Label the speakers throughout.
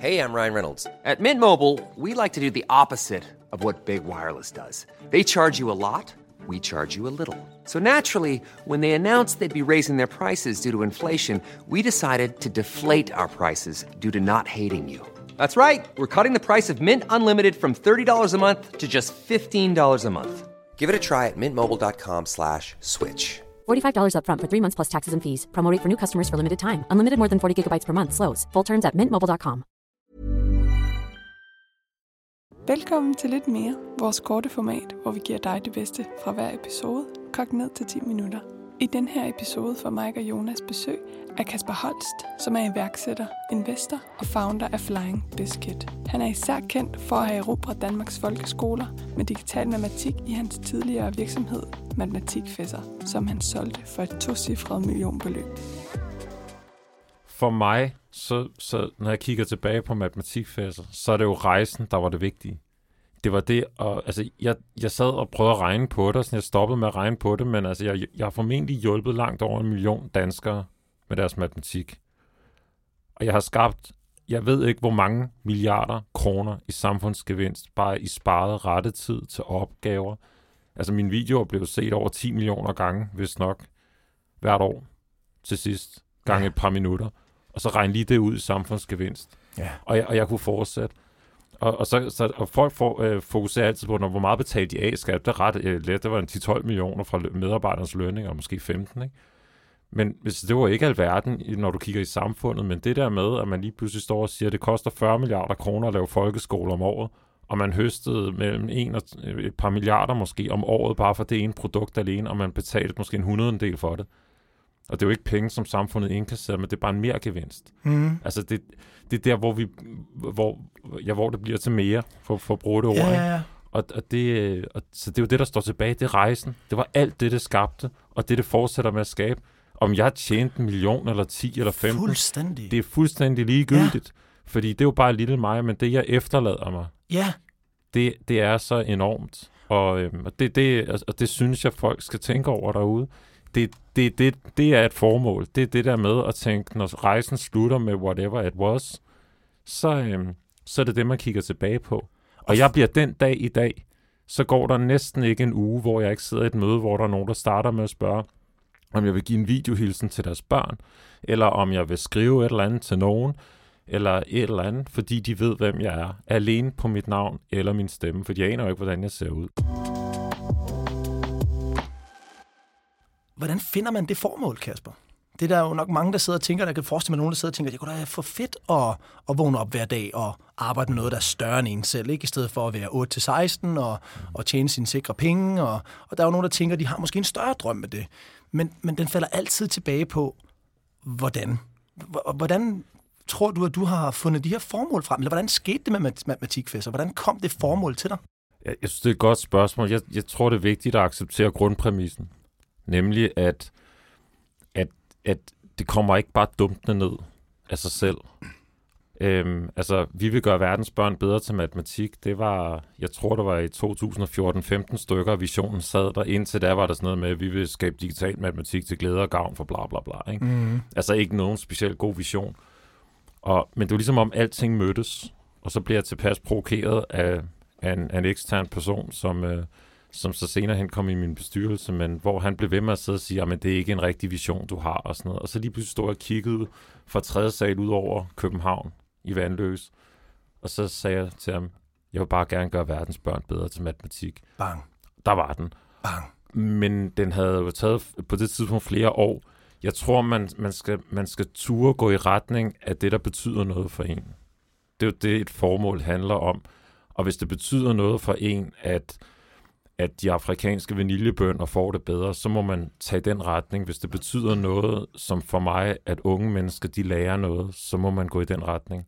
Speaker 1: Hey, I'm Ryan Reynolds. At Mint Mobile, we like to do the opposite of what Big Wireless does. They charge you a lot, we charge you a little. So naturally, when they announced they'd be raising their prices due to inflation, we decided to deflate our prices due to not hating you. That's right. We're cutting the price of Mint Unlimited from $30 a month to just $15 a month. Give it a try at mintmobile.com/switch.
Speaker 2: $45 up front for 3 months plus taxes and fees. Promo rate for new customers for limited time. Unlimited more than 40 gigabytes per month. Slows full terms at mintmobile.com.
Speaker 3: Velkommen til Lidt Mere, vores korte format, hvor vi giver dig det bedste fra hver episode, kogt ned til 10 minutter. I den her episode får Mike og Jonas besøg af Kasper Holst, som er iværksætter, investor og founder af Flying Biscuit. Han er især kendt for at have erobret Danmarks folkeskoler med digital matematik i hans tidligere virksomhed, Matematikfæsser, som han solgte for et 2-cifret millionbeløb.
Speaker 4: For mig, så når jeg kigger tilbage på Matematikfæsser, så er det jo rejsen, der var det vigtige. Det var det, og altså, jeg sad og prøvede at regne på det, og sådan, jeg stoppede med at regne på det, men altså, jeg har formentlig hjulpet langt over 1 million danskere med deres matematik. Og jeg har skabt, jeg ved ikke, hvor mange milliarder kroner i samfundsgevinst, bare i sparet rettetid til opgaver. Altså, mine videoer blev set over 10 millioner gange, hvis nok, hvert år til sidst, gange et par minutter. Og så regne lige det ud i samfundsgevinst. Ja. Og jeg kunne fortsætte. Og folk fokuserer altid på, hvor meget betalte de af skat. Det er ret let. Det var en 10-12 millioner fra medarbejdernes lønninger, måske 15, ikke? Men hvis det var ikke alverden, når du kigger i samfundet, men det der med, at man lige pludselig står og siger, at det koster 40 milliarder kroner at lave folkeskole om året, og man høstede mellem et par milliarder måske om året, bare for det ene produkt alene, og man betalte måske en 100-del for det. Og det er jo ikke penge, som samfundet indkasserer, men det er bare en mergevinst. Mm. Altså, det er der, hvor det bliver til mere, for at bruge det ord. Ja. Så det er jo det, der står tilbage. Det er rejsen. Det var alt det skabte, og det fortsætter med at skabe. Om jeg har tjent 1 million, eller 10, eller 15,
Speaker 5: fuldstændig.
Speaker 4: Det er fuldstændig ligegyldigt. Ja. Fordi det er jo bare lille mig, men det, jeg efterlader mig, det er så enormt. Og det synes jeg, folk skal tænke over derude. Det er et formål. Det er det der med at tænke, når rejsen slutter med whatever it was, så er det det, man kigger tilbage på. Og jeg bliver den dag i dag, så går der næsten ikke en uge, hvor jeg ikke sidder i et møde, hvor der er nogen, der starter med at spørge, om jeg vil give en videohilsen til deres børn, eller om jeg vil skrive et eller andet til nogen, eller et eller andet, fordi de ved, hvem jeg er. Alene på mit navn eller min stemme, for jeg aner jo ikke, hvordan jeg ser ud.
Speaker 5: Hvordan finder man det formål, Kasper? Det er der jo nok mange, der sidder og tænker, der kan forestille mig nogen, der sidder og tænker, det kunne da være for fedt at vågne op hver dag og arbejde med noget, der er større end en selv, ikke? I stedet for at være 8-16 og tjene sine sikre penge. Og der er jo nogen, der tænker, de har måske en større drøm med det. Men den falder altid tilbage på, hvordan? Hvordan tror du, at du har fundet de her formål frem? Eller hvordan skete det med matematikfæsser? Hvordan kom det formål til dig?
Speaker 4: Jeg synes, det er et godt spørgsmål. Jeg tror, det er vigtigt at acceptere grundpræmissen. Nemlig, at det kommer ikke bare dumpende ned af sig selv. Vi vil gøre verdens børn bedre til matematik. Det var, jeg tror, det var i 2014-15 stykker, visionen sad der. Indtil da var der sådan noget med, at vi vil skabe digital matematik til glæde og gavn for bla bla bla. Ikke? Mm. Altså ikke nogen specielt god vision. Men det var ligesom om alting mødtes. Og så bliver jeg tilpas provokeret af en ekstern person, som så senere hen kom i min bestyrelse, men hvor han blev ved med at sidde og sige, at det er ikke en rigtig vision, du har, og sådan noget. Og så lige pludselig stod jeg og kiggede fra 3. sal ud over København i Vandløs, og så sagde jeg til ham, jeg vil bare gerne gøre verdens børn bedre til matematik.
Speaker 5: Bang.
Speaker 4: Der var den.
Speaker 5: Bang.
Speaker 4: Men den havde jo taget på det tidspunkt flere år. Jeg tror, man skal ture gå i retning af det, der betyder noget for en. Det er jo det, et formål handler om. Og hvis det betyder noget for en, at de afrikanske vaniljebønner får det bedre, så må man tage den retning. Hvis det betyder noget, som for mig, at unge mennesker, de lærer noget, så må man gå i den retning.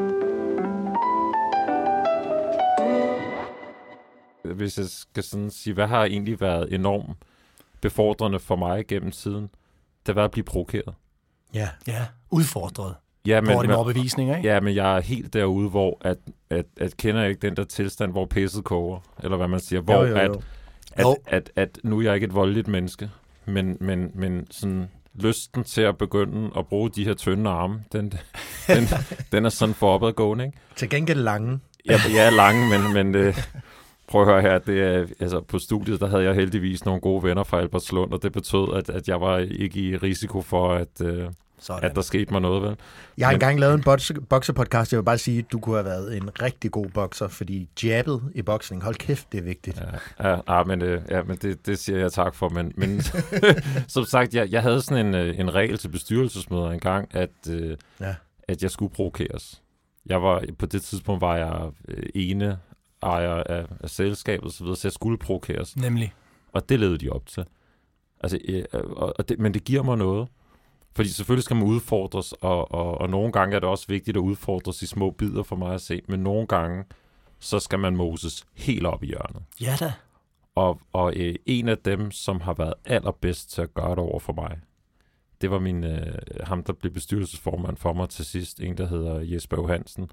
Speaker 4: Hvis jeg skal sådan sige, hvad har egentlig været enormt befordrende for mig gennem tiden? Det har været at blive provokeret.
Speaker 5: Ja, udfordret.
Speaker 4: Ja, men,
Speaker 5: hvor er det med overbevisninger, ikke?
Speaker 4: Ja, men jeg er helt derude, hvor at kender jeg ikke den der tilstand, hvor pisset koger, eller hvad man siger, hvor at nu er jeg ikke et voldeligt menneske, men sådan, lysten til at begynde at bruge de her tynde arme, den er sådan for opadgående, ikke?
Speaker 6: Til gengæld lange.
Speaker 4: Jeg er lange, men prøv at høre her, det er, altså på studiet, der havde jeg heldigvis nogle gode venner fra Albertslund, og det betød, at jeg var ikke i risiko for, at der skete mig noget, vel?
Speaker 6: Jeg har engang lavet en bokserpodcast. Jeg vil bare sige, at du kunne have været en rigtig god bokser, fordi jabbet i boksning, hold kæft, det er vigtigt.
Speaker 4: Men det siger jeg tak for. Men som sagt, jeg havde sådan en regel til bestyrelsesmøder engang, at jeg skulle provokeres. På det tidspunkt var jeg ene ejer af selskabet og så videre, så jeg skulle provokeres.
Speaker 5: Nemlig.
Speaker 4: Og det levede de op til. Altså, men det giver mig noget. Fordi selvfølgelig skal man udfordres, og nogle gange er det også vigtigt at udfordres i små bidder for mig at se, men nogle gange, så skal man moses helt op i hjørnet.
Speaker 5: Ja da.
Speaker 4: Og en af dem, som har været allerbedst til at gøre det over for mig, det var ham, der blev bestyrelsesformand for mig til sidst, en, der hedder Jesper Johansen.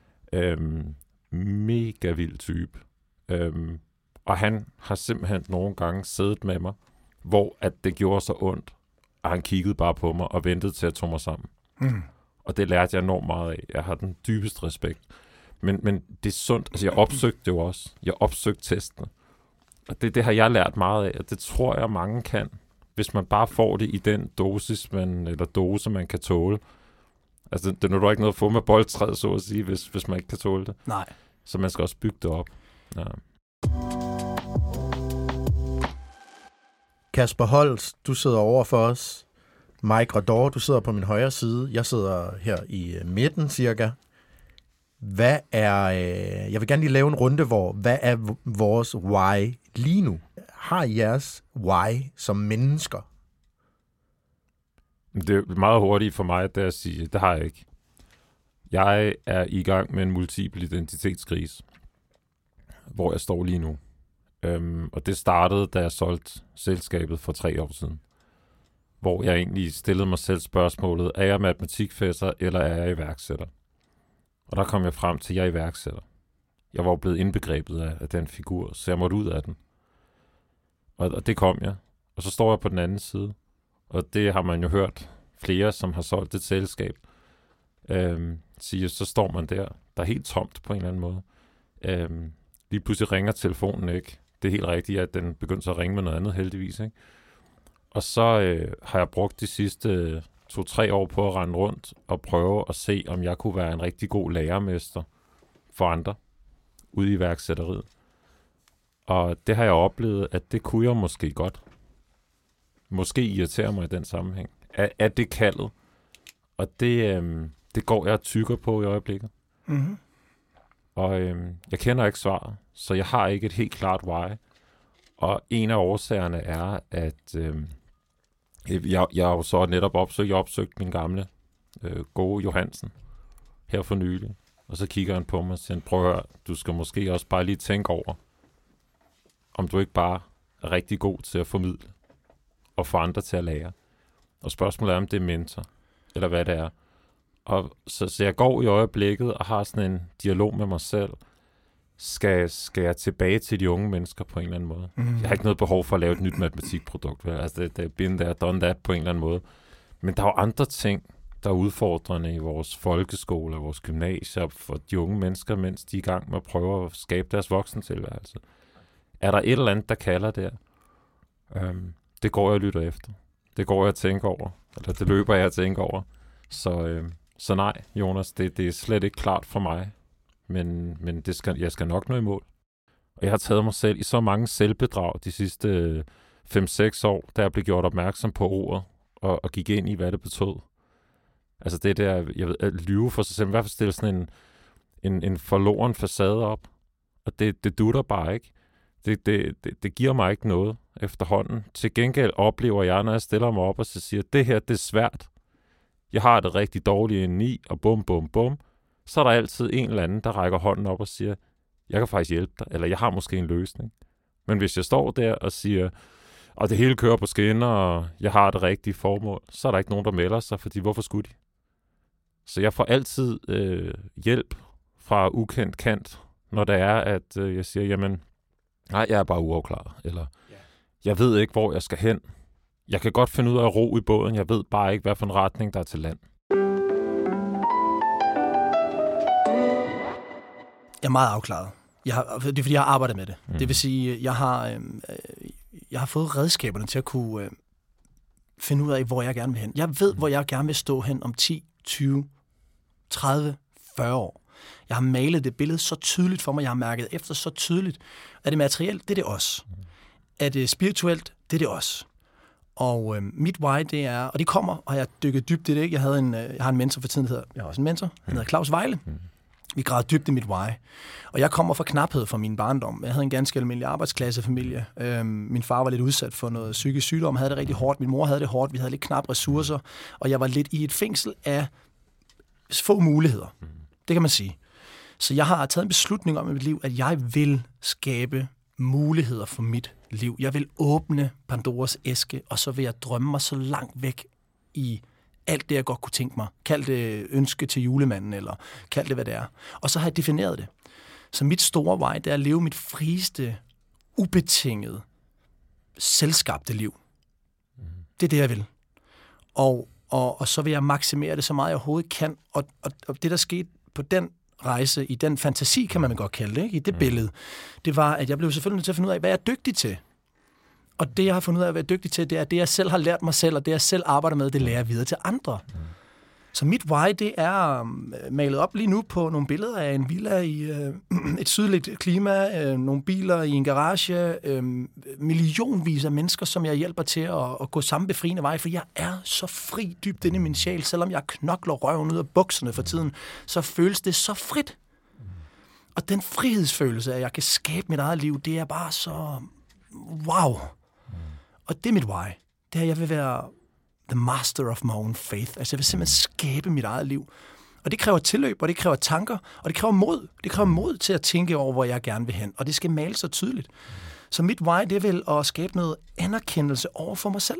Speaker 4: Mega vild type. Og han har simpelthen nogle gange siddet med mig, hvor at det gjorde så ondt, og han kiggede bare på mig og ventede til at tage mig sammen. Og det lærte jeg enormt meget af. Jeg har den dybeste respekt. Men det er sundt. Altså, jeg opsøgte det jo også. Jeg opsøgte testene. Og det har jeg lært meget af, og det tror jeg, mange kan, hvis man bare får det i den dose, man kan tåle. Altså, det er nu ikke noget at få med boldtræet, så at sige, hvis man ikke kan tåle det.
Speaker 5: Nej.
Speaker 4: Så man skal også bygge det op. Ja.
Speaker 6: Kasper Holst, du sidder over for os. Mike Rador, du sidder på min højre side. Jeg sidder her i midten cirka. Jeg vil gerne lige lave en runde, hvad er vores why lige nu? Har I jeres why som mennesker?
Speaker 4: Det er meget hurtigt for mig, at sige, det har jeg ikke. Jeg er i gang med en multiple identitetskrise, hvor jeg står lige nu. Og det startede, da jeg solgte selskabet for 3 år siden. Hvor jeg egentlig stillede mig selv spørgsmålet, er jeg matematikfæsser, eller er jeg iværksætter? Og der kom jeg frem til, at jeg er iværksætter. Jeg var blevet indbegrebet af den figur, så jeg måtte ud af den. Og det kom jeg. Og så står jeg på den anden side. Og det har man jo hørt flere, som har solgt et selskab, sige, så står man der er helt tomt på en eller anden måde. Lige pludselig ringer telefonen ikke. Det er helt rigtigt, at den begyndte at ringe med noget andet, heldigvis. Ikke? Og så har jeg brugt de sidste 2-3 år på at rende rundt og prøve at se, om jeg kunne være en rigtig god lærermester for andre ude i iværksætteriet. Og det har jeg oplevet, at det kunne jeg måske godt. Måske irriterer mig i den sammenhæng. Er det kaldet? Og det går jeg tykker på i øjeblikket.
Speaker 5: Mm-hmm.
Speaker 4: Og jeg kender ikke svaret, så jeg har ikke et helt klart why. Og en af årsagerne er, at jeg har jo så netop opsøgt min gamle gode Johansen her for nylig. Og så kigger han på mig og siger, prøv at høre, du skal måske også bare lige tænke over, om du ikke bare er rigtig god til at formidle og få andre til at lære. Og spørgsmålet er, om det er mentor, eller hvad det er. Og så jeg går i øjeblikket og har sådan en dialog med mig selv. Skal jeg tilbage til de unge mennesker på en eller anden måde? Mm. Jeg har ikke noget behov for at lave et nyt matematikprodukt. Altså, det er been there, done that på en eller anden måde. Men der er jo andre ting, der er udfordrende i vores folkeskole og vores gymnasier for de unge mennesker, mens de er i gang med at prøve at skabe deres voksentilværelse. Er der et eller andet, der kalder der? Det går jeg og lytter efter. Det går jeg at tænke over. Eller det løber jeg at tænke over. Så nej, Jonas, det er slet ikke klart for mig. Men jeg skal nok nå i mål. Og jeg har taget mig selv i så mange selvbedrag de sidste 5-6 år, da jeg blev gjort opmærksom på ordet, og gik ind i, hvad det betød. Altså det der, jeg ved, at lyve for sig selv, i hvert fald stille sådan en forloren facade op. Og det dutter bare ikke. Det giver mig ikke noget efterhånden. Til gengæld oplever jeg, når jeg stiller mig op og så siger, det her, det er svært. Jeg har det rigtig dårligt indeni, og bum, bum, bum. Så er der altid en eller anden, der rækker hånden op og siger, jeg kan faktisk hjælpe dig, eller jeg har måske en løsning. Men hvis jeg står der og siger, og det hele kører på skinner, og jeg har det rigtige formål, så er der ikke nogen, der melder sig, fordi hvorfor skulle de? Så jeg får altid hjælp fra ukendt kant, når det er, at jeg siger, jamen, nej, jeg er bare uafklaret, eller jeg ved ikke, hvor jeg skal hen. Jeg kan godt finde ud af at ro i båden. Jeg ved bare ikke, hvad for en retning der er til land.
Speaker 5: Jeg er meget afklaret. Det er, fordi jeg har arbejdet med det. Det vil sige, jeg har fået redskaberne til at kunne finde ud af, hvor jeg gerne vil hen. Jeg ved, hvor jeg gerne vil stå hen om 10, 20, 30, 40 år. Jeg har malet det billede så tydeligt for mig. Jeg har mærket efter så tydeligt. Er det materielt? Det er det også. Er det spirituelt? Det er det også. Og mit why, det er, og det kommer, og jeg dykket dybt i det. Ikke? Jeg har en mentor for tiden, jeg har også en mentor, han hedder Claus Vejle. Vi gravede dybt i mit why. Og jeg kommer fra knaphed fra min barndom. Jeg havde en ganske almindelig arbejdsklassefamilie. Min far var lidt udsat for noget psykisk sygdom, havde det rigtig hårdt. Min mor havde det hårdt. Vi havde lidt knap ressourcer. Og jeg var lidt i et fængsel af få muligheder. Det kan man sige. Så jeg har taget en beslutning om i mit liv, at jeg vil skabe muligheder for mit liv. Jeg vil åbne Pandoras æske, og så vil jeg drømme mig så langt væk i alt det, jeg godt kunne tænke mig. Kald det ønske til julemanden, eller kald det, hvad det er. Og så har jeg defineret det. Så mit store vej, det er at leve mit frieste, ubetingede, selvskabte liv. Det er det, jeg vil. Og så vil jeg maksimere det så meget, jeg overhovedet kan. Og det, der skete på den rejse, i den fantasi, kan man godt kalde det, ikke? I det billede, det var, at jeg blev selvfølgelig nødt til at finde ud af, hvad jeg er dygtig til. Og det, jeg har fundet ud af at være dygtig til, det er det, jeg selv har lært mig selv, og det, jeg selv arbejder med, det lærer jeg videre til andre. Så mit why, det er malet op lige nu på nogle billeder af en villa i et sydligt klima, nogle biler i en garage, millionvis af mennesker, som jeg hjælper til at gå samme befriende vej, for jeg er så fri dybt inde i min sjæl. Selvom jeg knokler røven ud af bukserne for tiden, så føles det så frit. Og den frihedsfølelse, at jeg kan skabe mit eget liv, det er bare så wow. Og det er mit why. Det er, at jeg vil være the master of my own faith. Altså, jeg vil simpelthen skabe mit eget liv. Og det kræver tilløb, og det kræver tanker, og det kræver mod. Det kræver mod til at tænke over, hvor jeg gerne vil hen. Og det skal males så tydeligt. Så mit why, det er vel at skabe noget anerkendelse over for mig selv.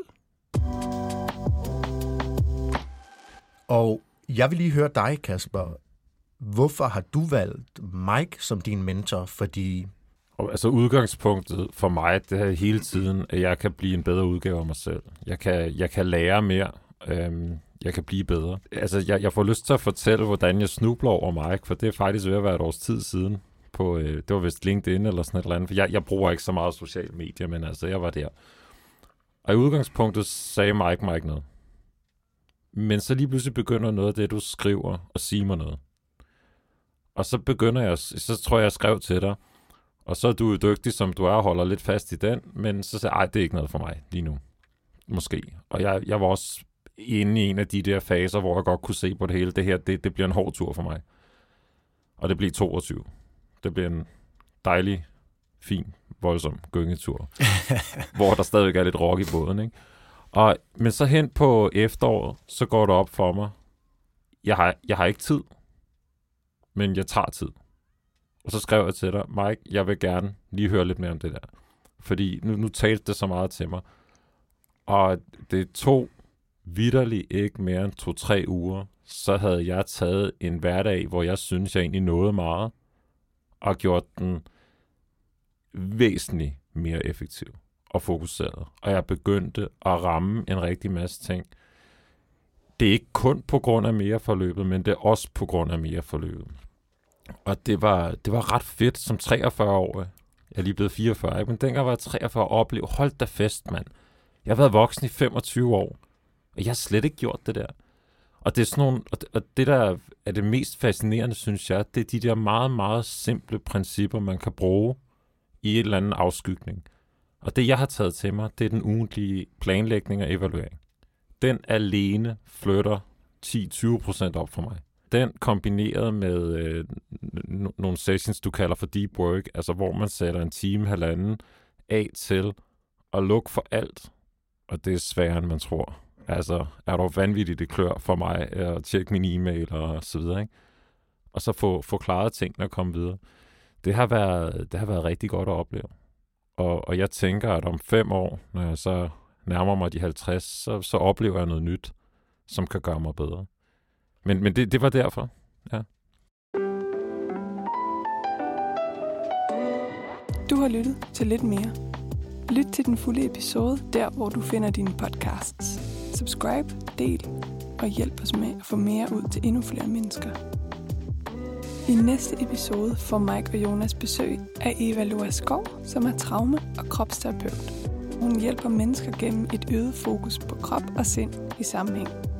Speaker 6: Og jeg vil lige høre dig, Kasper. Hvorfor har du valgt Mike som din mentor? Fordi
Speaker 4: Og altså udgangspunktet for mig, det er hele tiden, at jeg kan blive en bedre udgave af mig selv. Jeg kan lære mere. Jeg kan blive bedre. Altså, jeg får lyst til at fortælle, hvordan jeg snubler over Mike, for det er faktisk ved at være et års tid siden. Det var vist LinkedIn eller sådan et eller andet, for jeg bruger ikke så meget sociale medier, men altså, jeg var der. Og i udgangspunktet sagde Mike mig ikke noget. Men så lige pludselig begynder noget af det, du skriver, at sige mig noget. Og så tror jeg skrev til dig, og så er du dygtig, som du er, og holder lidt fast i den, men så sagde jeg, det er ikke noget for mig lige nu. Måske. Og jeg var også inde i en af de der faser, hvor jeg godt kunne se på det hele. Det her, det bliver en hård tur for mig. Og det bliver 22. Det bliver en dejlig, fin, voldsom gyngetur, hvor der stadigvæk er lidt rock i båden, ikke? Men så hen på efteråret, så går det op for mig. Jeg har ikke tid, men jeg tager tid. Og så skrev jeg til dig, Mike, jeg vil gerne lige høre lidt mere om det der. Fordi nu talte det så meget til mig. Og det tog vitterligt ikke mere end 2-3 uger, så havde jeg taget en hverdag, hvor jeg synes, jeg egentlig nåede meget, og gjort den væsentligt mere effektiv og fokuseret. Og jeg begyndte at ramme en rigtig masse ting. Det er ikke kun på grund af mere forløbet, men det er også på grund af mere forløbet. Og det var ret fedt som 43-årig. Jeg er lige blevet 44, ikke? Men dengang var jeg 43 og oplevede, hold da fest, mand. Jeg har været voksen i 25 år, og jeg har slet ikke gjort det der. Og det er sådan nogle, og det der er det mest fascinerende, synes jeg, det er de der meget, meget simple principper, man kan bruge i et eller andet afskygning. Og det, jeg har taget til mig, det er den ugentlige planlægning og evaluering. Den alene flytter 10-20% op for mig. Den kombineret med nogle sessions, du kalder for deep work, altså hvor man sætter en time, halvanden af til at lukke for alt. Og det er sværere, end man tror. Altså, er du vanvittigt det klør for mig at tjekke min e-mail og så videre, ikke? Og så få klaret tingene og komme videre. Det har været rigtig godt at opleve. Og jeg tænker, at om 5 år, når jeg så nærmer mig de 50, så oplever jeg noget nyt, som kan gøre mig bedre. Men det var derfor, ja.
Speaker 3: Du har lyttet til Lidt Mere. Lyt til den fulde episode, der hvor du finder dine podcasts. Subscribe, del og hjælp os med at få mere ud til endnu flere mennesker. I næste episode får Mike og Jonas besøg af Eva Loa Skov, som er traume- og kropsterapeut. Hun hjælper mennesker gennem et øget fokus på krop og sind i sammenhæng.